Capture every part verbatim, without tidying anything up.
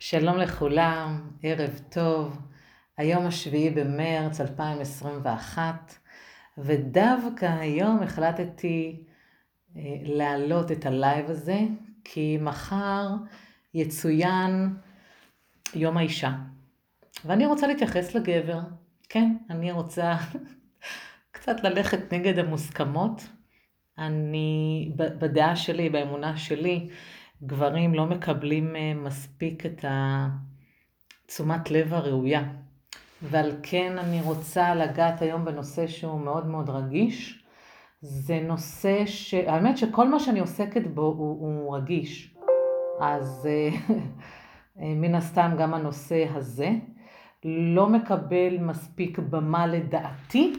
שלום לכולם, ערב טוב. היום השביעי במרץ אלפיים עשרים ואחת, ודווקא היום החלטתי אה, להעלות את הלייב הזה, כי מחר יצוין יום האישה. ואני רוצה להתייחס לגבר. כן, אני רוצה קצת ללכת נגד המוסכמות. אני, בדעה שלי, באמונה שלי, גברים לא מקבלים מספיק את תשומת לב הראויה. ועל כן אני רוצה לגעת היום בנושא שהוא מאוד מאוד רגיש. זה נושא ש... האמת שכל מה שאני עוסקת בו הוא, הוא רגיש. אז מן הסתם גם הנושא הזה לא מקבל מספיק במה לדעתי,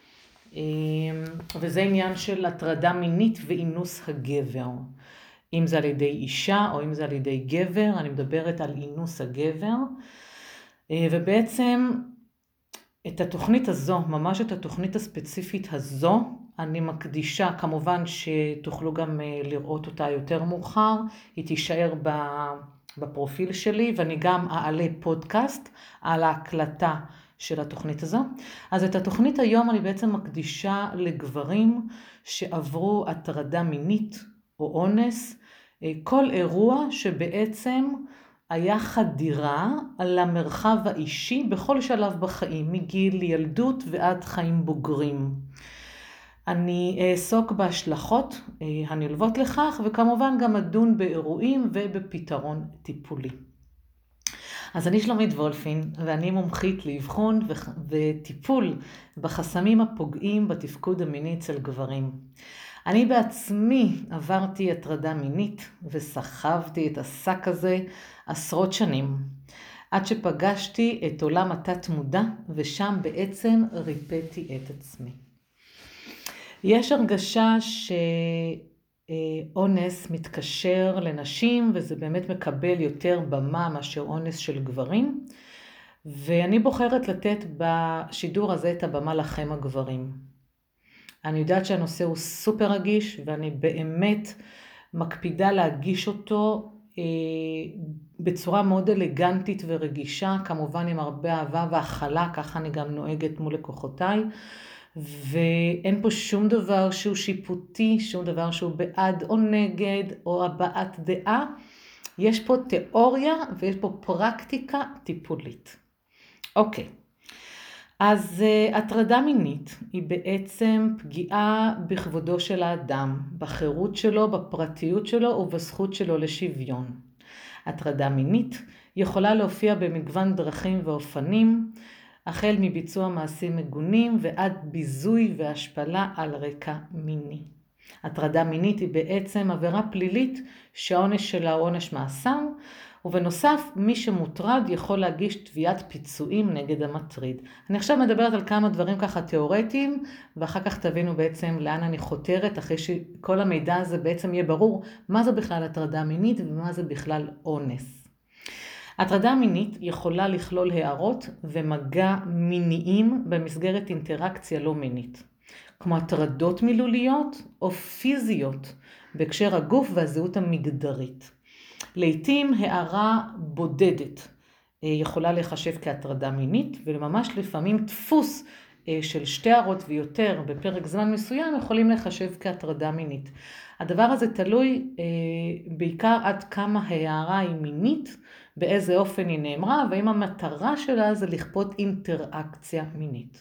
וזה עניין של הטרדה מינית ואינוס הגבר. אם זה על ידי אישה או אם זה על ידי גבר, אני מדברת על אינוס הגבר. ובעצם את התוכנית הזו, ממש את התוכנית הספציפית הזו, אני מקדישה, כמובן שתוכלו גם לראות אותה יותר מאוחר, היא תישאר בפרופיל שלי, ואני גם אעלה פודקאסט על ההקלטה של התוכנית הזו. אז את התוכנית היום אני בעצם מקדישה לגברים שעברו הטרדה מינית או אונס, כל אירוע שבעצם היה חדירה על המרחב האישי בכל שלב בחיים, מגיל ילדות ועד חיים בוגרים. אני אעסוק בהשלכות הנלוות לכך, וכמובן גם אדון באירועים ובפתרון טיפולי. אז אני שלומית וולפין, ואני מומחית לאבחון וטיפול בחסמים הפוגעים בתפקוד המיני אצל גברים. אני בעצמי עברתי הטרדה מינית וסחבתי את השק הזה עשרות שנים, עד שפגשתי את עולם התת מודע, ושם בעצם ריפאתי את עצמי. יש הרגשה שאונס מתקשר לנשים, וזה באמת מקבל יותר במה מאשר אונס של גברים, ואני בוחרת לתת בשידור הזה את הבמה לכם הגברים. אני יודעת שהנושא הוא סופר רגיש, ואני באמת מקפידה להגיש אותו אה, בצורה מאוד אלגנטית ורגישה, כמובן עם הרבה אהבה והכלה, ככה אני גם נוהגת מול לקוחותיי, ואין פה שום דבר שהוא שיפוטי, שום דבר שהוא בעד או נגד או הבעת דעה. יש פה תיאוריה ויש פה פרקטיקה טיפולית. אוקיי. אז uh, הטרדה מינית היא בעצם פגיעה בכבודו של האדם, בחירות שלו, בפרטיות שלו ובזכות שלו לשוויון. הטרדה מינית יכולה להופיע במגוון דרכים ואופנים, החל מביצוע מעשים מגונים ועד ביזוי והשפלה על רקע מיני. הטרדה מינית היא בעצם עבירה פלילית שהעונש שלה הוא עונש מאסר, ובנוסף, מי שמוטרד יכול להגיש תביעת פיצויים נגד המטריד. אני עכשיו מדברת על כמה דברים ככה תיאורטיים, ואחר כך תבינו בעצם לאן אני חותרת, אחרי שכל המידע הזה בעצם יהיה ברור מה זה בכלל הטרדה מינית ומה זה בכלל אונס. הטרדה מינית יכולה לכלול הערות ומגע מיניים במסגרת אינטראקציה לא מינית, כמו הטרדות מילוליות או פיזיות בהקשר הגוף והזהות המגדרית. לעתים הערה בודדת יכולה לחשב כהטרדה מינית, וממש לפעמים דפוס של שתי הערות ויותר בפרק זמן מסוים יכולים לחשב כהטרדה מינית. הדבר הזה תלוי בעיקר עד כמה הערה היא מינית, באיזה אופן היא נאמרה, ואם המטרה שלה זה לכפות אינטראקציה מינית.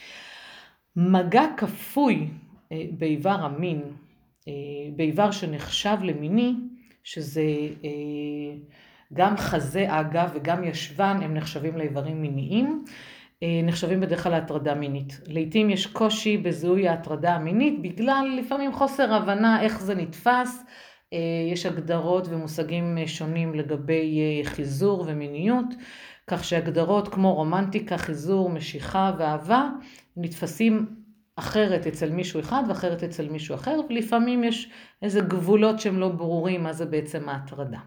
מגע כפוי באיבר המין, באיבר שנחשב למיני, שזה אה, גם חזה אגב וגם ישבן, הם נחשבים לאיברים מיניים, אה, נחשבים בדרך כלל להטרדה מינית. לעתים יש קושי בזיהוי ההטרדה המינית, בגלל לפעמים חוסר הבנה איך זה נתפס, אה, יש הגדרות ומושגים שונים לגבי אה, חיזור ומיניות, כך שהגדרות כמו רומנטיקה, חיזור, משיכה ואהבה, נתפסים אחרת אצל מישהו אחד ואחרת אצל מישהו אחר, ולפעמים יש איזה גבולות שהם לא ברורים מה זה בעצם ההטרדה.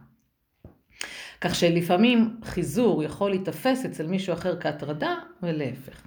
כך שלפעמים חיזור יכול להתאפס אצל מישהו אחר כהטרדה ולהפך.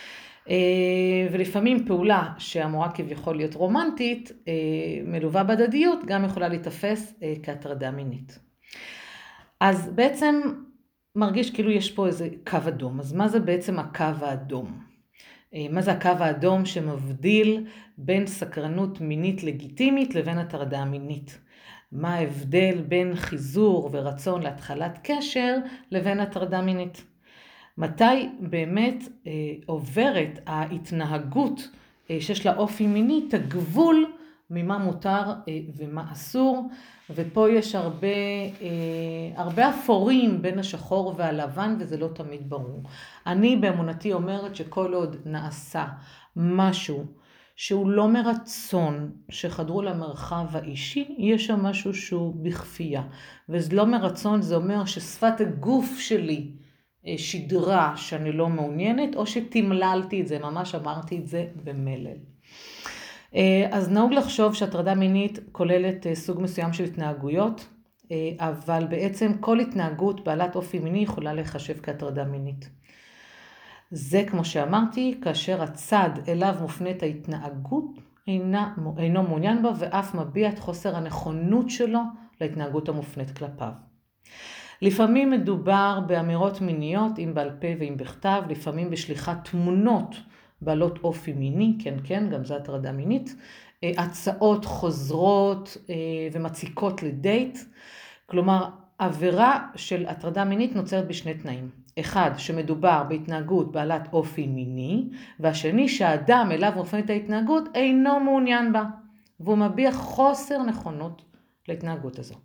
ולפעמים פעולה שאמורה כביכול להיות רומנטית, מלווה בדדיות, גם יכולה להתאפס כהטרדה מינית. אז בעצם מרגיש כאילו יש פה איזה קו אדום. אז מה זה בעצם הקו האדום? מה זה הקו האדום שמבדיל בין סקרנות מינית לגיטימית לבין הטרדה מינית? מה ההבדל בין חיזור ורצון להתחלת קשר לבין הטרדה מינית? מתי באמת אה, עוברת ההתנהגות אה, שיש לה אופי מיני, את הגבול ממה מותר אה, ומה אסור, ופה יש הרבה, אה, הרבה אפורים בין השחור והלבן, וזה לא תמיד ברור. אני באמונתי אומרת שכל עוד נעשה משהו שהוא לא מרצון שחדרו למרחב האישי, יש שם משהו שהוא בכפייה. וזה לא מרצון, זה אומר ששפת הגוף שלי שידרה שאני לא מעוניינת, או שתמללתי את זה, ממש אמרתי את זה במלל. אז נהוג לחשוב שהטרדה מינית כוללת סוג מסוים של התנהגויות, אבל בעצם כל התנהגות בעלת אופי מיני יכולה לחשב כהטרדה מינית. זה כמו שאמרתי, כאשר הצד אליו מופנית ההתנהגות אינה, אינו מעוניין בה ואף מביע את חוסר הנכונות שלו להתנהגות המופנית כלפיו. לפעמים מדובר באמירות מיניות, אם בעל פה ואם בכתב, לפעמים בשליחת תמונות בעלות אופי מיני, כן כן, גם זו הטרדה מינית, הצעות חוזרות ומציקות לדייט, כלומר עבירה של הטרדה מינית נוצרת בשני תנאים. אחד, שמדובר בהתנהגות בעלת אופי מיני, והשני שהאדם אליו מופנית ההתנהגות אינו מעוניין בה, והוא מביע חוסר נכונות להתנהגות הזו.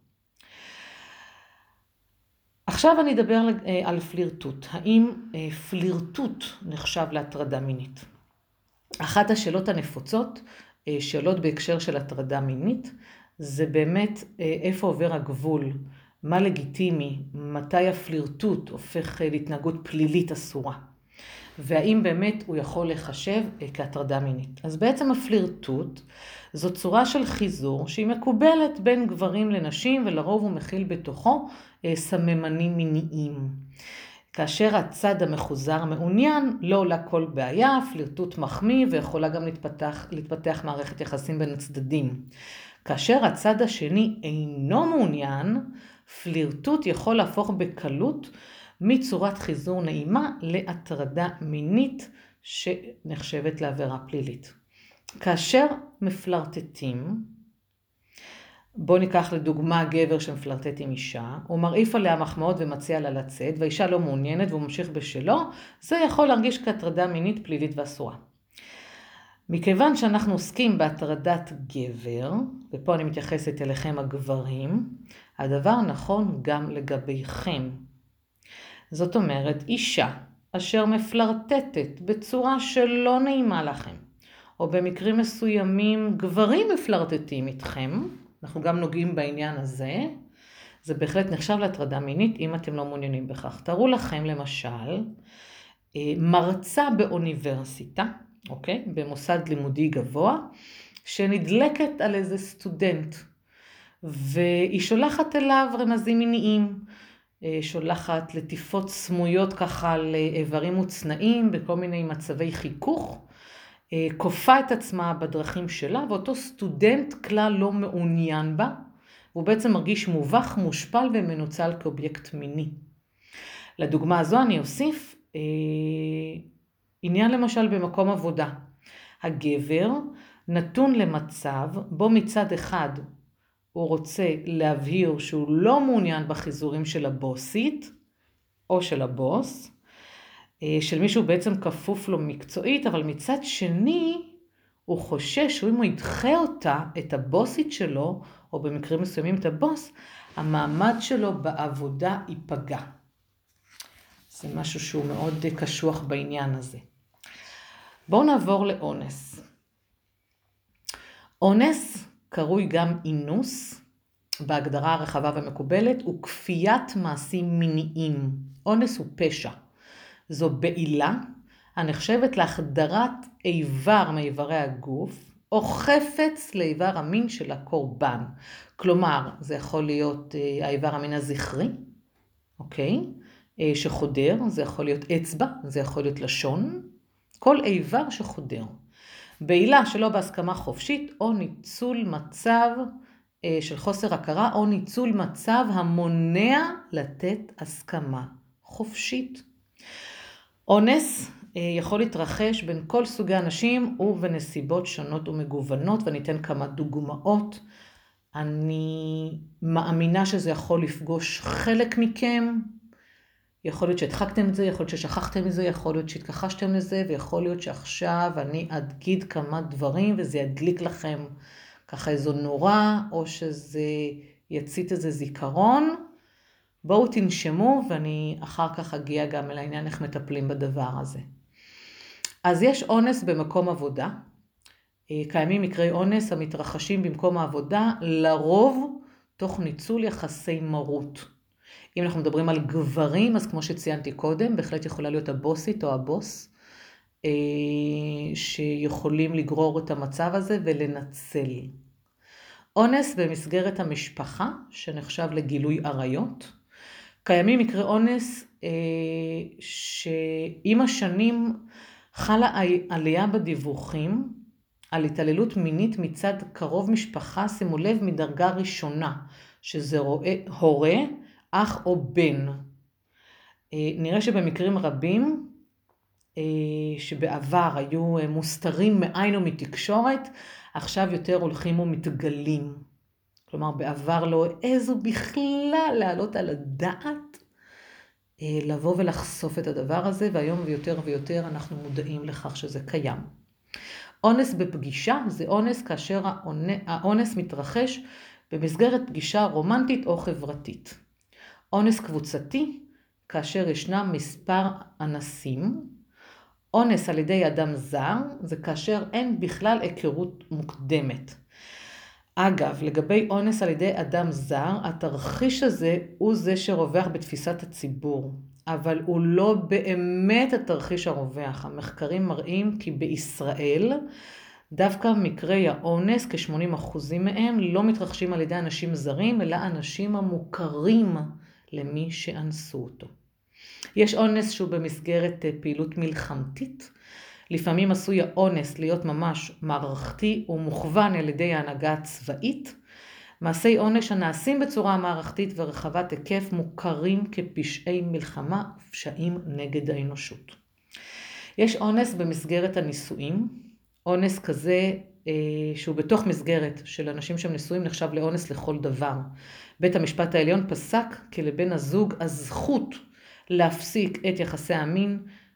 עכשיו אני אדבר על פלירטוט. האם פלירטוט נחשב להטרדה מינית? אחת השאלות הנפוצות, שאלות בהקשר של הטרדה מינית, זה באמת איפה עובר הגבול, מה לגיטימי, מתי הפלירטוט הופך להתנהגות פלילית אסורה, והאם באמת הוא יכול לחשב כהטרדה מינית. אז בעצם הפלירטוט זו צורה של חיזור שהיא מקובלת בין גברים לנשים, ולרוב הוא מכיל בתוכו סממנים מיניים. כאשר הצד המחוזר מעוניין, לא עולה כל בעיה, פלירטוט מחמיא ויכולה גם להתפתח, להתפתח מערכת יחסים בין הצדדים. כאשר הצד השני אינו מעוניין, פלירטוט יכול להפוך בקלות מצורת חיזור נעימה להטרדה מינית שנחשבת לעבירה פלילית. כאשר מפלרטטים, בוא ניקח לדוגמה גבר שמפלרטט עם אישה, הוא מרעיף עליה מחמאות ומציע לה לצאת, והאישה לא מעוניינת והוא ממשיך בשלו, זה יכול להרגיש כהטרדה מינית פלילית ואסורה. מכיוון שאנחנו עוסקים בהטרדת גבר, ופה אני מתייחסת אליכם הגברים, הדבר נכון גם לגביכם. זאת אומרת, אישה אשר מפלרטטת בצורה שלא נעימה לכם, או במקרים מסוימים גברים מפלרטטים איתכם, אנחנו גם נוגעים בעניין הזה, זה בהחלט נחשב להטרדה מינית אם אתם לא מעוניינים בכך. תראו לכם למשל, מרצה באוניברסיטה, אוקיי? במוסד לימודי גבוה, שנדלקת על איזה סטודנט, והיא שולחת אליו רמזים מיניים, שולחת לטיפות סמויות ככה לאיברים מוצנעים, בכל מיני מצבי חיכוך, כופה את עצמה בדרכים שלה, ואותו סטודנט כלל לא מעוניין בה, והוא בעצם מרגיש מובך, מושפל ומנוצל כאובייקט מיני. לדוגמה הזו אני אוסיף, אה, עניין למשל במקום עבודה. הגבר נתון למצב בו מצד אחד הוא רוצה להבהיר שהוא לא מעוניין בחיזורים של הבוסית או של הבוס, של מישהו בעצם כפוף לו מקצועית, אבל מצד שני הוא חושש שאם הוא ידחה אותה, את הבוסית שלו, או במקרים מסוימים את הבוס, המעמד שלו בעבודה ייפגע. זה משהו שהוא מאוד קשוח בעניין הזה. בואו נעבור לאונס. אונס קרוי גם אינוס, בהגדרה הרחבה ומקובלת, הוא כפיית מעשים מיניים. אונס הוא פשע. זו בעילה הנחשבת להחדרת איבר מאיברי הגוף, או חפץ לאיבר המין של הקורבן. כלומר, זה יכול להיות האיבר המין הזכרי, אוקיי? שחודר, זה יכול להיות אצבע, זה יכול להיות לשון, כל איבר שחודר. בעילה שלא בהסכמה חופשית, או ניצול מצב של חוסר הכרה, או ניצול מצב המונע לתת הסכמה חופשית. אונס יכול להתרחש בין כל סוגי אנשים ובנסיבות שונות ומגוונות, ואני אתן כמה דוגמאות. אני מאמינה שזה יכול לפגוש חלק מכם, יכול להיות שהדחקתם את זה, יכול להיות ששכחתם את זה, יכול להיות שהתכחשתם לזה, ויכול להיות שעכשיו אני אגיד כמה דברים וזה ידליק לכם ככה איזו נורה, או שזה יצית איזה זיכרון. בואו תנשמו ואני אחר כך אגיע גם לעניין איך מטפלים בדבר הזה. אז יש אונס במקום עבודה. קיימים מקרי אונס המתרחשים במקום העבודה, לרוב תוך ניצול יחסי מרות. אם אנחנו מדברים על גברים, אז כמו שציינתי קודם, בהחלט יכולה להיות הבוסית או הבוס, שיכולים לגרור את המצב הזה ולנצל. אונס במסגרת המשפחה, שנחשב לגילוי עריות. קיימים מקרי אונס שעם השנים חלה עלייה בדיווחים על התעללות מינית מצד קרוב משפחה, שימו לב, מדרגה ראשונה, שזה רואה, הורה, אח או בן. נראה שבמקרים רבים שבעבר היו מוסתרים מעין ומתקשורת, עכשיו יותר הולכים ומתגלים. כלומר, בעבר לא העזו בכלל לעלות על הדעת, לבוא ולחשוף את הדבר הזה, והיום ויותר ויותר אנחנו מודעים לכך שזה קיים. אונס בפגישה זה אונס כאשר האונס מתרחש במסגרת פגישה רומנטית או חברתית. אונס קבוצתי כאשר ישנם מספר אנסים. אונס על ידי אדם זר זה כאשר אין בכלל היכרות מוקדמת. אגב, לגבי אונס על ידי אדם זר, התרחיש הזה הוא זה שרווח בתפיסת הציבור, אבל הוא לא באמת התרחיש הרווח. המחקרים מראים כי בישראל דווקא מקרי האונס, כ-שמונים אחוז מהם, לא מתרחשים על ידי אנשים זרים, אלא אנשים המוכרים למי שאנסו אותו. יש אונס שהוא במסגרת פעילות מלחמתית. לפעמים עשוי האונס להיות ממש מערכתי ומוכוון על ידי ההנהגה הצבאית. מעשי אונס הנעשים בצורה מערכתית ורחבת היקף מוכרים כפשעי מלחמה ופשעים נגד האנושות. יש אונס במסגרת הנישואים. אונס כזה אה, שהוא בתוך מסגרת של אנשים שהם נשואים נחשב לאונס לכל דבר. בית המשפט העליון פסק כי לבן הזוג הזכות להפסיק את יחסי המין,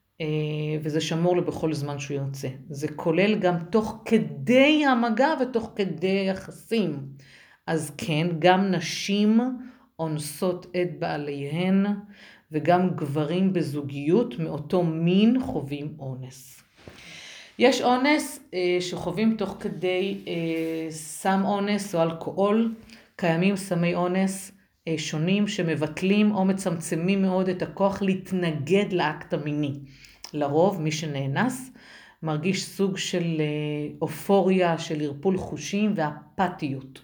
וזה שמור לו בכל זמן שהוא יוצא. זה כולל גם תוך כדי המגע ותוך כדי יחסים. אז כן, גם נשים אונסות את בעליהן, וגם גברים בזוגיות מאותו מין חווים אונס. יש אונס שחווים תוך כדי סם אונס או אלכוהול. קיימים סמי אונס שונים שמבטלים או מצמצמים מאוד את הכוח להתנגד לאקט המיני. לרוב מי שנאנס מרגיש סוג של אופוריה, של ערפול חושים ואפתיות.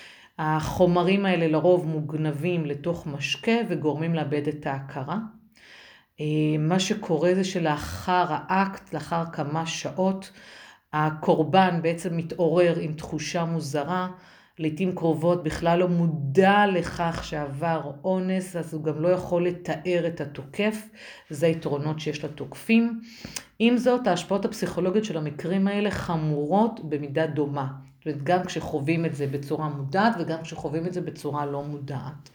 החומרים האלה לרוב מוגנבים לתוך משקה וגורמים לאבד את ההכרה. מה שקורה זה שלאחר האקט, לאחר כמה שעות, הקורבן בעצם מתעורר עם תחושה מוזרה, לעתים קרובות בכלל לא מודע לכך שעבר אונס, אז הוא גם לא יכול לתאר את התוקף. זה היתרונות שיש לתוקפים. עם זאת, ההשפעות הפסיכולוגיות של המקרים האלה חמורות במידה דומה. זאת אומרת, גם כשחווים את זה בצורה מודעת וגם כשחווים את זה בצורה לא מודעת.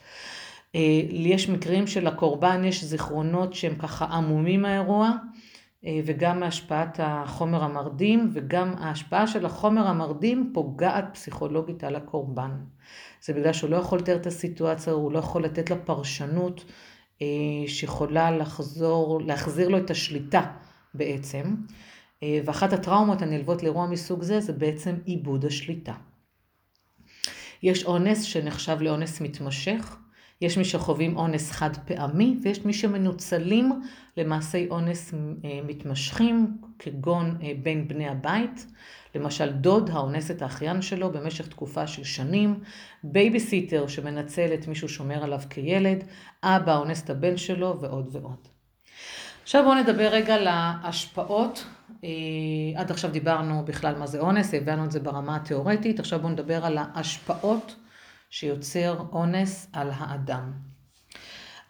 יש מקרים של הקורבן, יש זיכרונות שהם ככה עמומים מהאירוע, וגם מהשפעת החומר המרדים, וגם ההשפעה של החומר המרדים פוגעת פסיכולוגית על הקורבן. זה בגלל שהוא לא יכול לתאר את הסיטואציה, הוא לא יכול לתת לה פרשנות שיכולה לחזור, להחזיר לו את השליטה בעצם. ואחת הטראומות הנלוות לאירוע מסוג זה, זה בעצם איבוד השליטה. יש אונס שנחשב לאונס מתמשך, יש מי שחווים אונס חד פעמי, ויש מי שמנוצלים למעשי אונס מתמשכים, כגון בין בני הבית, למשל דוד האונס את האחיין שלו במשך תקופה של שנים, בייביסיטר שמנצל את מישהו שומר עליו כילד, אבא אונס את הבן שלו ועוד ועוד. עכשיו בואו נדבר רגע על ההשפעות. עד עכשיו דיברנו בכלל מה זה אונס, הבנו את זה ברמה התיאורטית, עכשיו בואו נדבר על ההשפעות שיוצר אונס על האדם.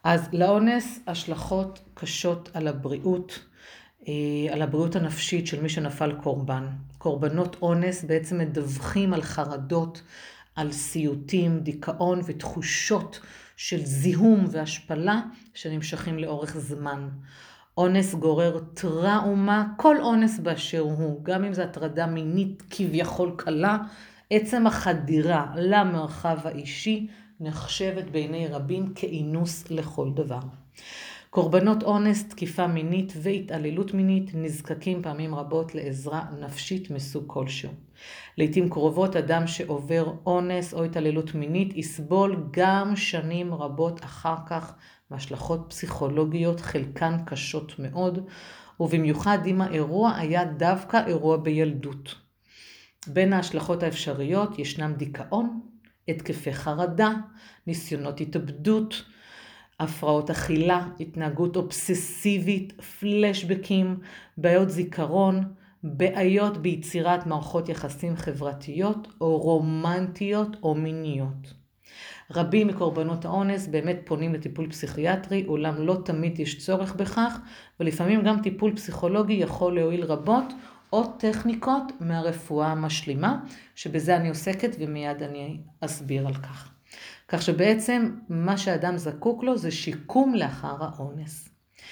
אז לאונס השלכות קשות על הבריאות, על הבריאות הנפשית של מי שנפל קורבן. קורבנות אונס בעצם מדווחים על חרדות, על סיוטים, דיכאון ותחושות של זיהום והשפלה שנמשכים לאורך זמן. אונס גורר טראומה, כל אונס באשר הוא, גם אם זו הטרדה מינית כביכול קלה, עצם החדירה למרחב האישי נחשבת בעיני רבים כאינוס לכל דבר. קורבנות אונס, תקיפה מינית והתעללות מינית נזקקים פעמים רבות לעזרה נפשית מסוג כלשהו. לעתים קרובות אדם שעובר אונס או התעללות מינית יסבול גם שנים רבות אחר כך מהשלכות פסיכולוגיות, חלקן קשות מאוד, ובמיוחד אם האירוע היה דווקא אירוע בילדות. בין ההשלכות האפשריות ישנם דיכאון, התקפי חרדה, ניסיונות התאבדות, הפרעות אכילה, התנהגות אובססיבית, פלשבקים, בעיות זיכרון, בעיות ביצירת מערכות יחסים חברתיות או רומנטיות או מיניות. רבים מקורבנות האונס באמת פונים לטיפול פסיכיאטרי, אולם לא תמיד יש צורך בכך, ולפעמים גם טיפול פסיכולוגי יכול להועיל רבות, או טכניקות מהרפואה המשלימה, שבזה אני עוסקת ומיד אני אסביר על כך. כך שבעצם מה שאדם זקוק לו זה שיקום לאחר האונס.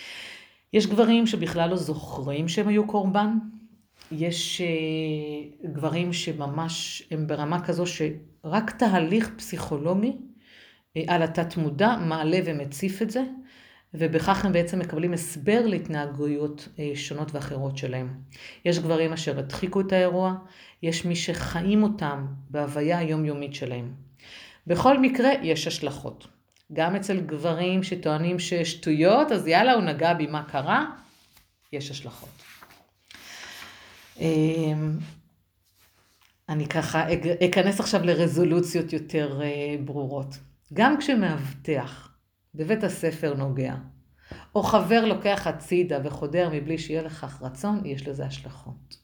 יש גברים שבכלל לא זוכרים שהם היו קורבן, יש uh, גברים שממש הם ברמה כזו שרק תהליך פסיכולוגי uh, על התת מודע מעלה ומציף את זה, ובכך הם בעצם מקבלים הסבר להתנהגויות uh, שונות ואחרות שלהם. יש גברים אשר הדחיקו את האירוע, יש מי שחיים אותם בהוויה היומיומית שלהם. בכל מקרה יש השלכות. גם אצל גברים שטוענים ששטויות, אז יאללה הוא נגע בי מה קרה, יש השלכות. אני ככה אכנס עכשיו לרזולוציות יותר ברורות. גם כשמאבטח בבית הספר נוגע, או חבר לוקח הצידה וחודר מבלי שיהיה לכך רצון, יש לזה השלכות.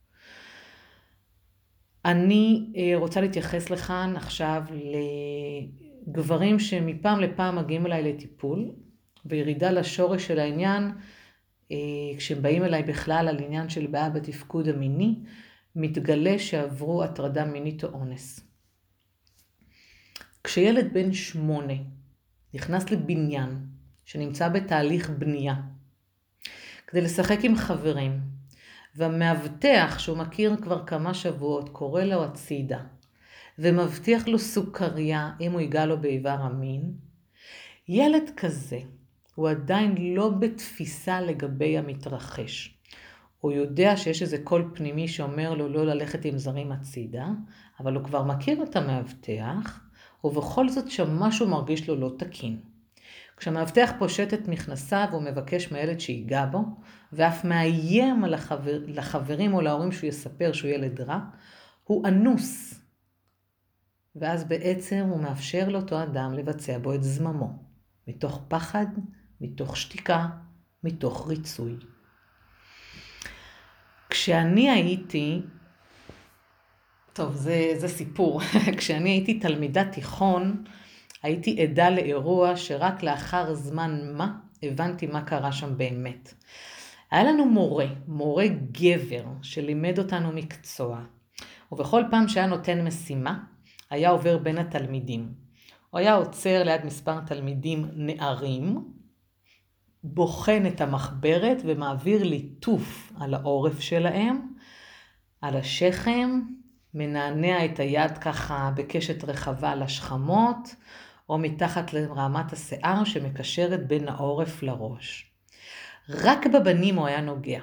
אני רוצה להתייחס לכאן עכשיו לגברים שמפעם לפעם מגיעים אליי לטיפול, וירידה לשורש של העניין, כשהם באים אליי בכלל על עניין של בעיה בתפקוד המיני, מתגלה שעברו הטרדה מינית או אונס. כשילד בן שמונה נכנס לבניין שנמצא בתהליך בנייה, כדי לשחק עם חברים, והמאבטח שהוא מכיר כבר כמה שבועות קורא לו הצידה, ומבטיח לו סוכריה אם הוא ייגע לו באיבר המין, ילד כזה הוא עדיין לא בתפיסה לגבי המתרחש. הוא יודע שיש איזה קול פנימי שאומר לו לא ללכת עם זרים הצידה, אבל הוא כבר מכיר את המאבטח, ובכל זאת שמשהו מרגיש לו לא תקין. כשהמאבטח פושט את מכנסיו הוא מבקש מהילד שיגע בו, ואף מאיים על החבר, לחברים או להורים שהוא יספר שהוא ילד רע, הוא אנוס. ואז בעצם הוא מאפשר לאותו אדם לבצע בו את זממו, מתוך פחד, מתוך שתיקה, מתוך ריצוי. כשאני הייתי, טוב זה, זה סיפור, כשאני הייתי תלמידת תיכון, הייתי עדה לאירוע שרק לאחר זמן מה הבנתי מה קרה שם באמת. היה לנו מורה, מורה גבר, שלימד אותנו מקצוע, ובכל פעם שהיה נותן משימה, היה עובר בין התלמידים. הוא היה עוצר ליד מספר תלמידים נערים, בוחן את המחברת ומעביר ליטוף על העורף שלהם, על השכם, מנענע את היד ככה בקשת רחבה לשכמות, או מתחת לרמת השיער שמקשרת בין העורף לראש. רק בבנים הוא היה נוגע.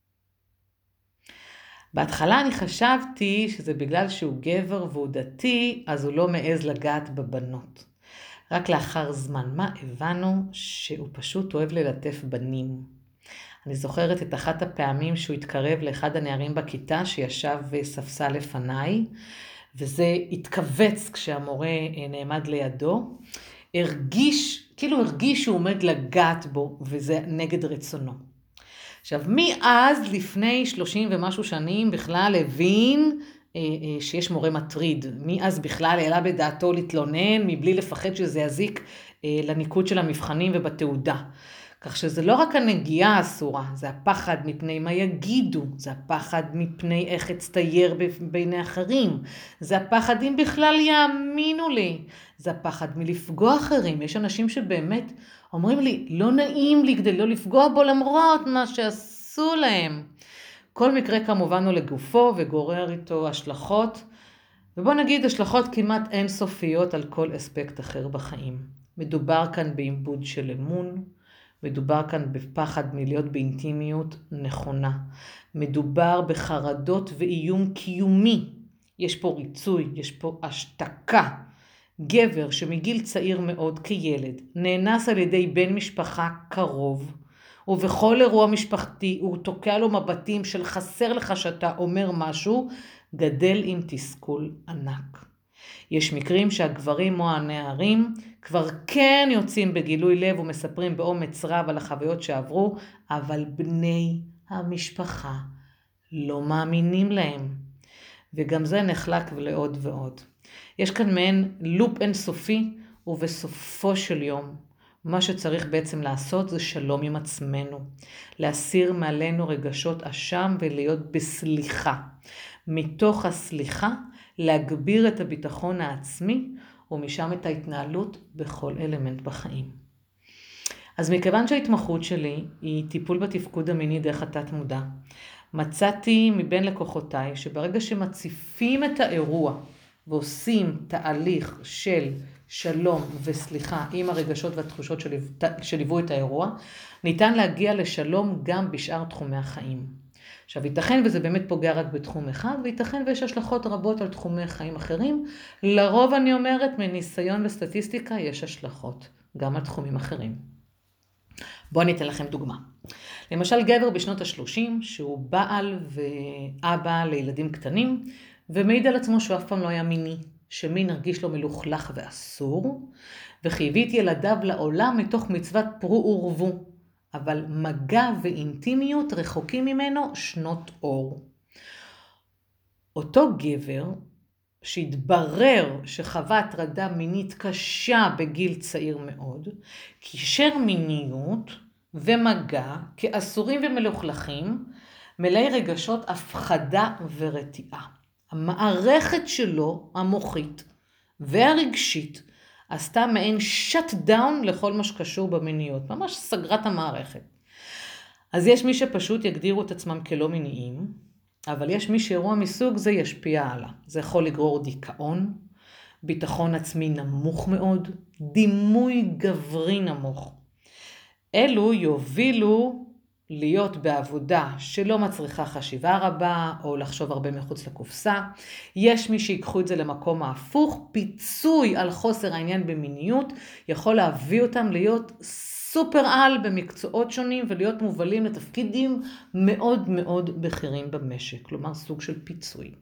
בהתחלה אני חשבתי שזה בגלל שהוא גבר והוא דתי, אז הוא לא מעז לגעת בבנות. רק לאחר זמן מה הבנו שהוא פשוט אוהב ללטף בנים. אני זוכרת את אחת הפעמים שהוא התקרב לאחד הנערים בכיתה שישב ספסל לפניי, וזה התכווץ כשהמורה נעמד לידו. הרגיש, כאילו הרגיש שהוא עומד לגעת בו, וזה נגד רצונו. עכשיו, מאז לפני שלושים ומשהו שנים בכלל הבין שיש מורה מטריד. מאז בכלל העלה בדעתו להתלונן, מבלי לפחד שזה יזיק לניקוד של המבחנים ובתעודה. כך שזה לא רק הנגיעה האסורה, זה הפחד מפני מה יגידו, זה הפחד מפני איך אצטייר בעיני אחרים, זה הפחד אם בכלל יאמינו לי, זה הפחד מלפגוע אחרים. יש אנשים שבאמת אומרים לי, לא נעים לי כדי לא לפגוע בו למרות מה שעשו להם. כל מקרה כמובן הוא לגופו וגורר איתו השלכות, ובוא נגיד השלכות כמעט אינסופיות על כל אספקט אחר בחיים. מדובר כאן באיבוד של אמון, מדובר כאן בפחד מלהיות באינטימיות נכונה. מדובר בחרדות ואיום קיומי. יש פה ריצוי, יש פה השתקה. גבר שמגיל צעיר מאוד כילד נאנס על ידי בן משפחה קרוב, ובכל אירוע משפחתי הוא תוקע לו מבטים של חסר לך שאתה אומר משהו, גדל עם תסכול ענק. יש מקרים שהגברים או הנערים כבר כן יוצאים בגילוי לב ומספרים באומץ רב על החוויות שעברו, אבל בני המשפחה לא מאמינים להם. וגם זה נחלק לעוד ועוד. יש כאן מעין לופ אינסופי, ובסופו של יום, מה שצריך בעצם לעשות זה שלום עם עצמנו. להסיר מעלינו רגשות אשם ולהיות בסליחה. מתוך הסליחה, להגביר את הביטחון העצמי, ומשם את ההתנהלות בכל אלמנט בחיים. אז מכיוון שההתמחות שלי היא טיפול בתפקוד המיני דרך התת מודע, מצאתי מבין לקוחותיי שברגע שמציפים את האירוע ועושים תהליך של שלום וסליחה עם הרגשות והתחושות שליוו את האירוע, ניתן להגיע לשלום גם בשאר תחומי החיים. עכשיו, ייתכן וזה באמת פוגע רק בתחום אחד, וייתכן ויש השלכות רבות על תחומי חיים אחרים. לרוב אני אומרת, מניסיון וסטטיסטיקה, יש השלכות גם על תחומים אחרים. בואו ניתן לכם דוגמה. למשל, גבר בשנות ה-שלושים, שהוא בעל ואבא לילדים קטנים, ומעיד על עצמו שהוא אף פעם לא היה מיני, שמין הרגיש לו מלוכלך ואסור, וחייב את ילדיו לעולם מתוך מצוות פרו ורבו. אבל מגע ואינטימיות רחוקים ממנו שנות אור. אותו גבר שהתברר שחווה הטרדה מינית קשה בגיל צעיר מאוד, קישר מיניות ומגע כאסורים ומלוכלכים, מלאי רגשות הפחדה ורתיעה. המערכת שלו, המוחית והרגשית, עשתה מעין shut down לכל מה שקשור במיניות, ממש סגרה את המערכת. אז יש מי שפשוט יגדירו את עצמם כלא מיניים, אבל יש מי שאירוע מסוג זה ישפיע הלאה. זה יכול לגרור דיכאון, ביטחון עצמי נמוך מאוד, דימוי גברי נמוך. אלו יובילו להיות בעבודה שלא מצריכה חשיבה רבה, או לחשוב הרבה מחוץ לקופסה. יש מי שיקחו את זה למקום ההפוך. פיצוי על חוסר העניין במיניות יכול להביא אותם להיות סופר על במקצועות שונים, ולהיות מובלים לתפקידים מאוד מאוד בכירים במשק. כלומר, סוג של פיצוי.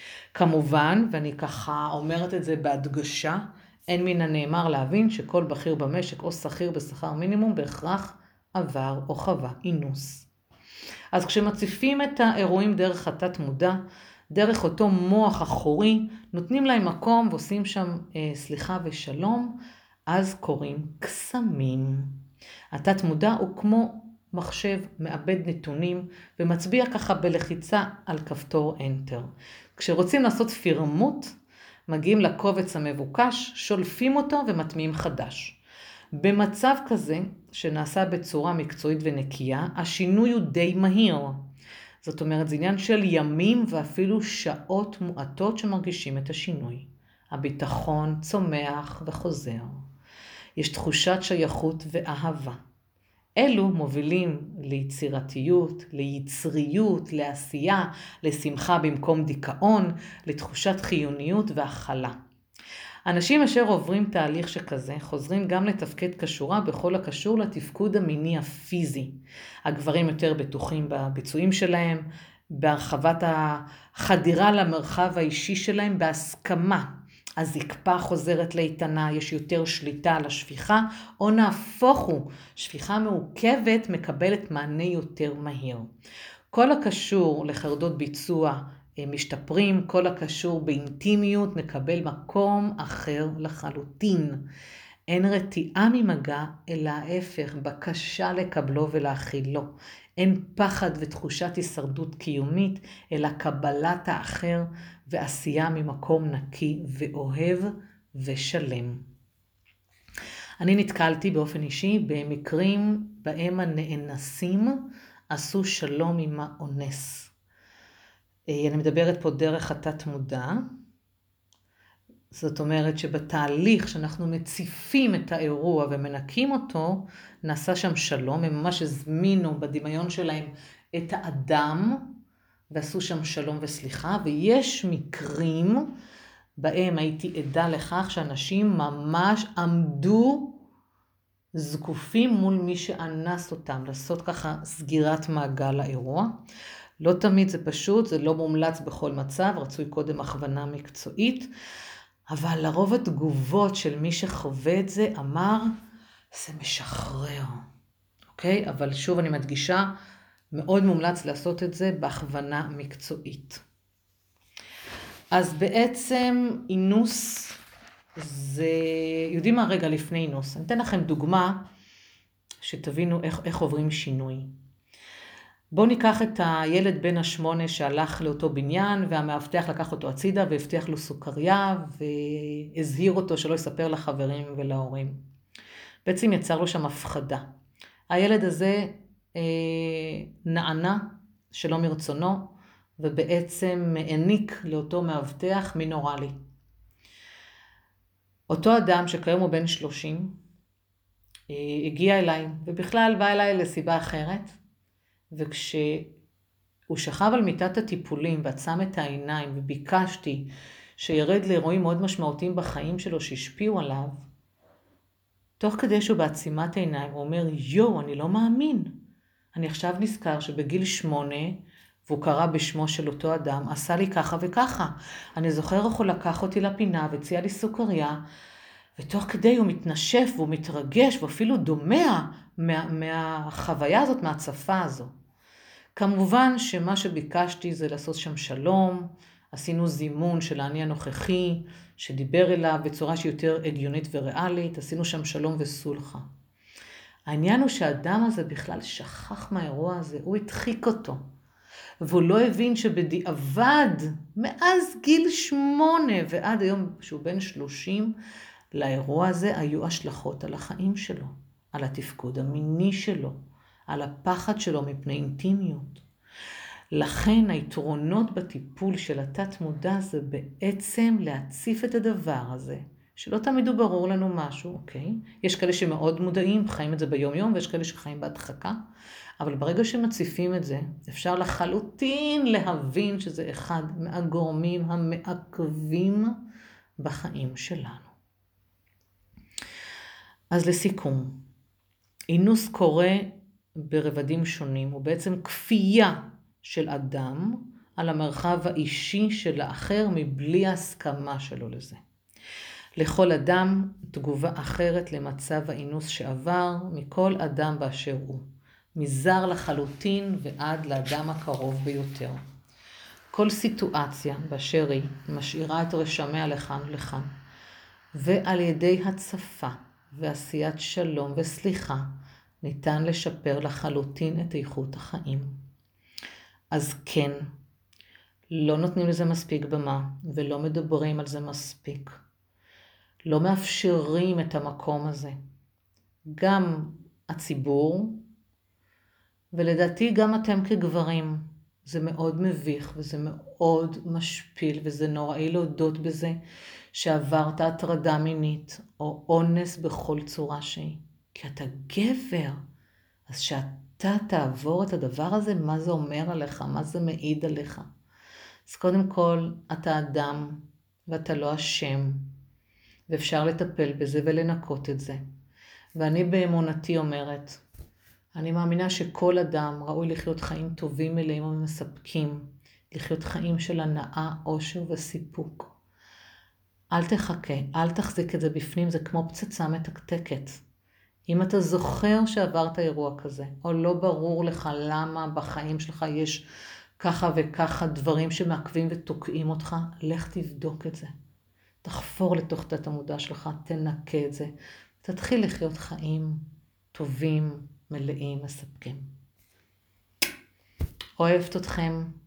כמובן, ואני ככה אומרת את זה בהדגשה, אין מן הנאמר להבין שכל בכיר במשק או שכיר בשכר מינימום בהכרח עבר או חווה אינוס. אז כשמציפים את האירועים דרך התת מודע, דרך אותו מוח אחורי, נותנים להם מקום ועושים שם אה, סליחה ושלום, אז קוראים קסמים. התת מודע הוא כמו מחשב מאבד נתונים ומצביע ככה בלחיצה על כפתור Enter. כשרוצים לעשות פירמוט, מגיעים לקובץ המבוקש, שולפים אותו ומטמיעים חדש. במצב כזה, שנעשה בצורה מקצועית ונקייה, השינוי הוא די מהיר. זאת אומרת, זה עניין של ימים ואפילו שעות מועטות שמרגישים את השינוי. הביטחון צומח וחוזר. יש תחושת שייכות ואהבה. אלו מובילים ליצירתיות, ליצריות, לעשייה, לשמחה במקום דיכאון, לתחושת חיוניות והכלה. אנשים אשר עוברים תהליך שכזה חוזרים גם לתפקד כשורה בכל הקשור לתפקוד המיני הפיזי. הגברים יותר בטוחים בביצועים שלהם, בהרחבת החדירה למרחב האישי שלהם בהסכמה. הזקפה חוזרת לאיתנה, יש יותר שליטה על השפיכה, או נהפוך הוא, שפיכה מעוכבת מקבלת מענה יותר מהיר. כל הקשור לחרדות ביצוע משתפרים, כל הקשור באינטימיות מקבל מקום אחר לחלוטין. אין רתיעה ממגע, אלא ההפך, בקשה לקבלו ולהכילו. אין פחד ותחושת הישרדות קיומית, אלא קבלת האחר ועשייה ממקום נקי ואוהב ושלם. אני נתקלתי באופן אישי במקרים בהם הנאנסים עשו שלום עם האונס. אני מדברת פה דרך התת מודע. זאת אומרת שבתהליך שאנחנו מציפים את האירוע ומנקים אותו, נעשה שם שלום. הם ממש הזמינו בדמיון שלהם את האדם ועשו שם שלום וסליחה. ויש מקרים בהם הייתי עדה לכך שאנשים ממש עמדו זקופים מול מי שאנס אותם, לעשות ככה סגירת מעגל לאירוע. לא תמיד זה פשוט, זה לא מומלץ בכל מצב, רצוי קודם הכוונה מקצועית, אבל לרוב התגובות של מי שחווה את זה אמר, זה משחרר, אוקיי? אבל שוב אני מדגישה, מאוד מומלץ לעשות את זה בהכוונה מקצועית. אז בעצם אינוס זה, יודעים מה רגע לפני אינוס, אני אתן לכם דוגמה שתבינו איך, איך עוברים שינוי. בואו ניקח את הילד בן השמונה שהלך לאותו בניין, והמאבטח לקח אותו הצידה והבטיח לו סוכריה, והזהיר אותו שלא יספר לחברים ולהורים. בעצם יצר לו שם הפחדה. הילד הזה אה, נענה שלא מרצונו, ובעצם העניק לאותו מאבטח מין אוראלי. אותו אדם שכיום הוא בן שלושים, אה, הגיע אליי, ובכלל בא אליי לסיבה אחרת, וכשהוא שכב על מיטת הטיפולים ועצם את העיניים וביקשתי שירד לאירועים מאוד משמעותיים בחיים שלו שהשפיעו עליו, תוך כדי שהוא בעצימת העיניים הוא אומר, יו, אני לא מאמין. אני עכשיו נזכר שבגיל שמונה, והוא קרא בשמו של אותו אדם, עשה לי ככה וככה. אני זוכר איך הוא לקח אותי לפינה והציע לי סוכריה, ותוך כדי הוא מתנשף והוא מתרגש ואפילו דומע מה, מהחוויה הזאת, מהצפה הזו. כמובן שמה שביקשתי זה לעשות שם שלום, עשינו זימון של האני הנוכחי, שדיבר אליו בצורה שהיא יותר הגיונית וריאלית, עשינו שם שלום וסולחה. העניין הוא שהאדם הזה בכלל שכח מהאירוע הזה, הוא הדחיק אותו. והוא לא הבין שבדיעבד, מאז גיל שמונה ועד היום שהוא בן שלושים, לאירוע הזה היו השלכות על החיים שלו, על התפקוד המיני שלו, על הפחד שלו מפני אינטימיות. לכן היתרונות בטיפול של התת מודע זה בעצם להציף את הדבר הזה, שלא תמיד הוא ברור לנו משהו, אוקיי? יש כאלה שמאוד מודעים, חיים את זה ביום יום, ויש כאלה שחיים בהדחקה, אבל ברגע שמציפים את זה, אפשר לחלוטין להבין שזה אחד מהגורמים המעכבים בחיים שלנו. אז לסיכום, אינוס קורה ברבדים שונים, הוא בעצם כפייה של אדם על המרחב האישי של האחר מבלי ההסכמה שלו לזה. לכל אדם תגובה אחרת למצב האינוס שעבר מכל אדם באשר הוא, מזר לחלוטין ועד לאדם הקרוב ביותר. כל סיטואציה באשר היא משאירה את רשמיה לכאן ולכאן, ועל ידי הצפה ועשיית שלום וסליחה ניתן לשפר לחלוטין את איכות החיים. אז כן, לא נותנים לזה מספיק במה ולא מדברים על זה מספיק. לא מאפשרים את המקום הזה. גם הציבור, ולדעתי גם אתם כגברים, זה מאוד מביך וזה מאוד משפיל וזה נוראי להודות בזה שעברת הטרדה מינית או אונס בכל צורה שהיא. כי אתה גבר, אז שאתה תעבור את הדבר הזה, מה זה אומר עליך, מה זה מעיד עליך. אז קודם כל, אתה אדם ואתה לא אשם, ואפשר לטפל בזה ולנקות את זה. ואני באמונתי אומרת, אני מאמינה שכל אדם ראוי לחיות חיים טובים מלאים ומספקים, לחיות חיים של הנאה, עושר וסיפוק. אל תחכה, אל תחזיק את זה בפנים, זה כמו פצצה מתקתקת. אם אתה זוכר שעברת אירוע כזה, או לא ברור לך למה בחיים שלך יש ככה וככה דברים שמעכבים ותוקעים אותך, לך תבדוק את זה. תחפור לתוך תת המודע שלך, תנקה את זה. תתחיל לחיות חיים טובים, מלאים, מספקים. אוהבת אתכם.